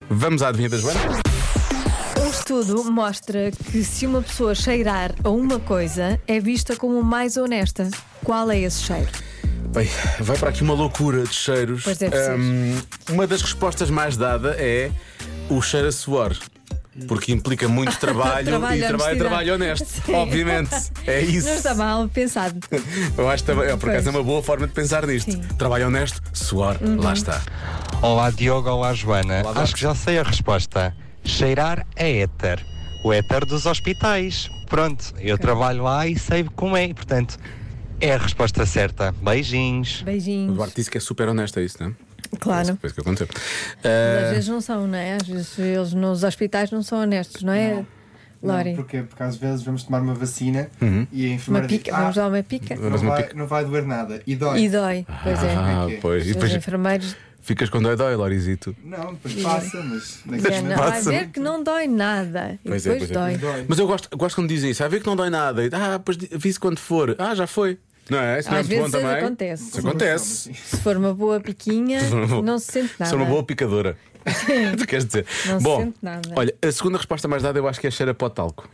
Vamos à adivinha da Joana? Um estudo mostra que se uma pessoa cheirar a uma coisa, é vista como mais honesta. Qual é esse cheiro? Bem, vai para aqui uma loucura de cheiros. Pois deve ser. Uma das respostas mais dada é o cheiro a suor. Porque implica muito trabalho e trabalho honesto. Sim. Obviamente. É isso. Não está mal pensado. Eu acho que por acaso é uma boa forma de pensar nisto. Sim. Trabalho honesto, suor, lá está. Olá Diogo, olá Joana. Olá, Acho que já sei a resposta. Cheirar é éter. O éter dos hospitais. Pronto, eu trabalho lá e sei como é. Portanto, é a resposta certa. Beijinhos. O Beijinhos. Duarte disse que é super honesto, é isso, não é? Claro. Foi isso que aconteceu. Mas às vezes não são, não é? Às vezes eles nos hospitais não são honestos, não é? Lori? Não, porque às vezes vamos tomar uma vacina e a Uma enfermeira pica, diz, vamos dar uma pica. não vai doer nada. E dói. E dói, pois é. Pois. E Os depois enfermeiros ficas com dói, Lorizito. Não, depois passa, mas... dizem, não, vai passa. ver que não dói nada. E Pois é, depois pois é. dói. Mas eu gosto quando dizem isso. Ver que não dói nada. E, pois avise quando for. Já foi. Não é? Isso não é Às muito bom vezes também. acontece. Isso acontece. Se for uma boa piquinha, não se sente nada. Sou uma boa picadora. Tu queres dizer? Não se Bom, sente nada. olha, a segunda resposta mais dada eu acho que é cheira a pó de talco.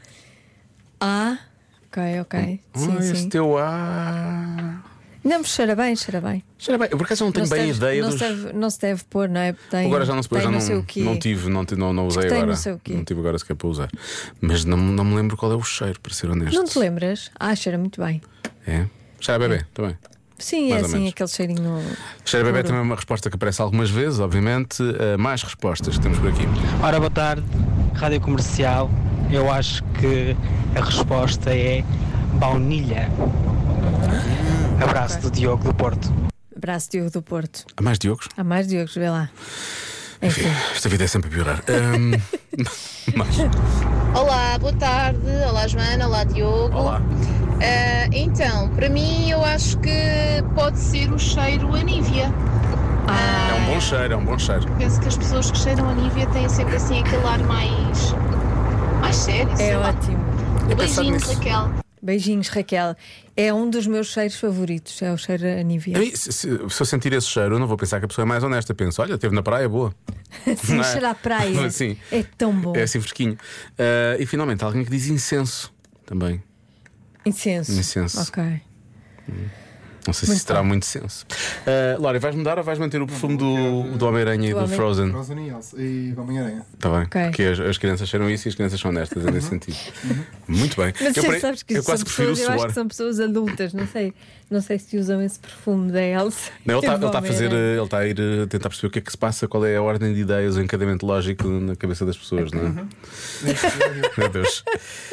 Ok. Sim, Esse sim. teu Não, mas cheira bem, cheira bem. Cheira bem. Eu por acaso não tenho bem ideia dos. Não se deve pôr, não é? Tem, Agora já não se pôs, tem já não sei o quê. não tive, não usei tem agora. não sei o quê. Não tive agora sequer para usar. Mas não me lembro qual é o cheiro, para ser honesto. Não te lembras? Cheira muito bem. É? Cheira a bebê, também. Sim, Mais é ou assim, menos. aquele cheirinho. Cheira a bebê puro. também é uma resposta que aparece algumas vezes, obviamente. Mais respostas que temos por aqui. Ora, boa tarde, Rádio Comercial. Eu acho que a resposta é baunilha. Abraço do Diogo do Porto. Abraço, Diogo do Porto. Há mais Diogos? Há mais Diogos, vê lá. Enfim. Esta vida é sempre a piorar. Mais. Olá, boa tarde. Olá, Joana. Olá, Diogo. Olá. Então, para mim, eu acho que pode ser o cheiro a Nívea. É um bom cheiro, é um bom cheiro. Penso que as pessoas que cheiram a Nívea têm sempre assim aquele ar mais sério. sei É lá. ótimo. Eu pensava Beijinhos, nisso. Raquel. Beijinhos, Raquel. É um dos meus cheiros favoritos. É o cheiro a Nívea. A mim, se eu sentir esse cheiro, eu não vou pensar que a pessoa é mais honesta. Penso, olha, esteve na praia, boa. Sim, Não é? cheiro à praia. Sim. É tão bom. É assim fresquinho. E finalmente, alguém que diz incenso também. Incenso. Incenso. Ok. Não sei se isso terá muito senso. Laura, vais mudar ou vais manter o perfume do Homem-Aranha e do Frozen? Frozen e Elsa e Homem-Aranha. Está bem. Ok. Porque as crianças cheiram isso e as crianças são honestas, é nesse sentido. Muito bem. Mas eu, sabes que eu são quase prefiro o pessoas, eu acho suor. que são pessoas adultas. Não sei se usam esse perfume da Elsa. Não, ele e do está a fazer, Homem-Aranha. ele está a ir tentar perceber o que é que se passa, qual é a ordem de ideias, o encadamento lógico na cabeça das pessoas, não é? Meu Deus.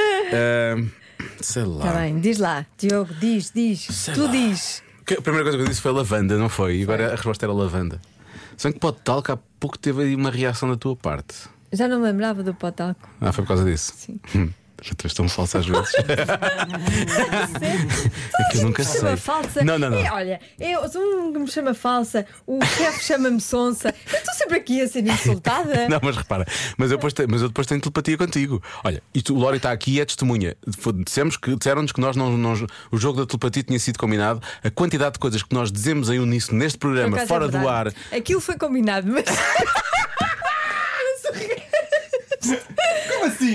Sei lá. Está bem, diz lá, Diogo, diz. Tu lá. diz. A primeira coisa que eu disse foi lavanda, não foi? E agora a resposta era lavanda. Se bem que pode tal que há pouco teve aí uma reação da tua parte. Já não me lembrava do potalco. Foi por causa disso. Sim. Tu és tão falsa às vezes. É que eu nunca sei. Chama falsa. Não. Olha, um que me chama falsa, o chefe chama-me sonsa. Eu estou sempre aqui a ser insultada. Não, mas repara, mas eu depois tenho telepatia contigo. Olha, e o Lori está aqui e é testemunha. Disseram-nos que nós o jogo da telepatia tinha sido combinado. A quantidade de coisas que nós dizemos em uníssono neste Por programa, acaso fora é do ar. verdade. Aquilo foi combinado, mas. Como assim?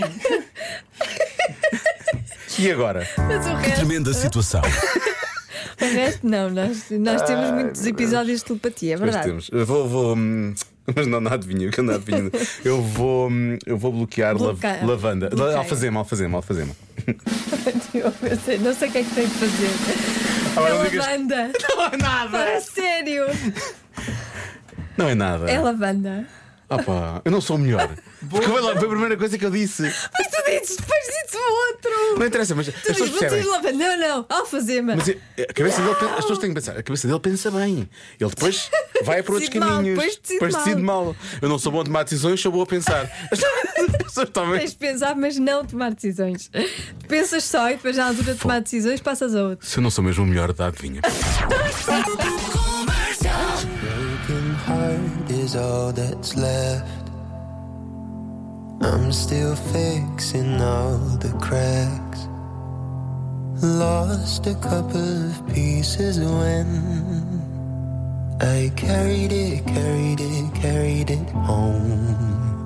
E agora? Mas o resto. Tremenda situação. O resto não, nós temos muitos episódios de telepatia, é Pois verdade. temos. Eu vou. Mas não adivinha, que eu não adivinho. Eu vou bloquear Bloqueia. lavanda. Bloqueia. Alfazema. Eu não sei o que é que tem de fazer. Agora É não digas- lavanda. Não é nada. Para sério. Não é nada. É lavanda. Eu não sou o melhor. Porque foi a primeira coisa que eu disse. Mas tu dizes, depois dizes o outro. Não interessa, mas as Tu pessoas dizes, vou percebem. lavanda. Não, alfazema. Mas a cabeça dele, as pessoas têm que pensar. A cabeça dele pensa bem. Ele depois vai para outros Decide mal, caminhos. depois decide mal. Eu não sou bom a tomar decisões, sou bom a pensar. As pessoas também. Tens de pensar, mas não tomar decisões. Pensas só e depois, na altura de tomar decisões, passas a outra. Se eu não sou mesmo o melhor da adivinha. Broken heart is all that's left. I'm still fixing all the cracks. Lost a couple of pieces when I carried it home.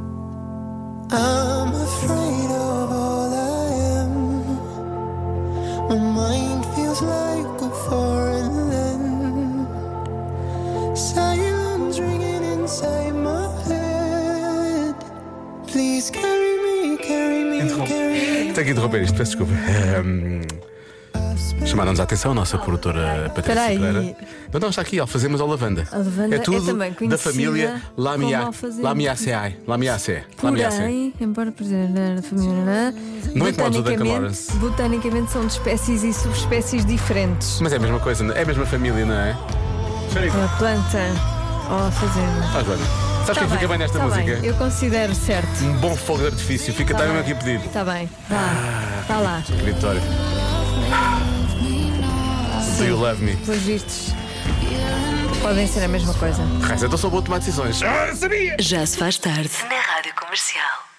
Tenho que interromper isto, peço desculpa. Chamaram-nos a atenção a nossa produtora Patrícia Pereira. Não, está aqui, alfazemas ou lavanda. A lavanda é tudo também conhecida da família como Lamiaceae. Porém, embora da família, Não encontras o Duncan Lawrence. botanicamente são de espécies e subespécies diferentes. Mas é a mesma coisa, é a mesma família, não é? A planta ou a fazenda. Estás bem. Sabes quem fica bem nesta música? Bem. Eu considero certo. Um bom fogo de artifício. Fica Tá também bem. aqui a pedir. Está bem, vá. Está lá. Vitória. Do you love me? Pelos vistos, podem ser a mesma coisa. Então sou bom a tomar decisões. Sabia! Já se faz tarde na Rádio Comercial.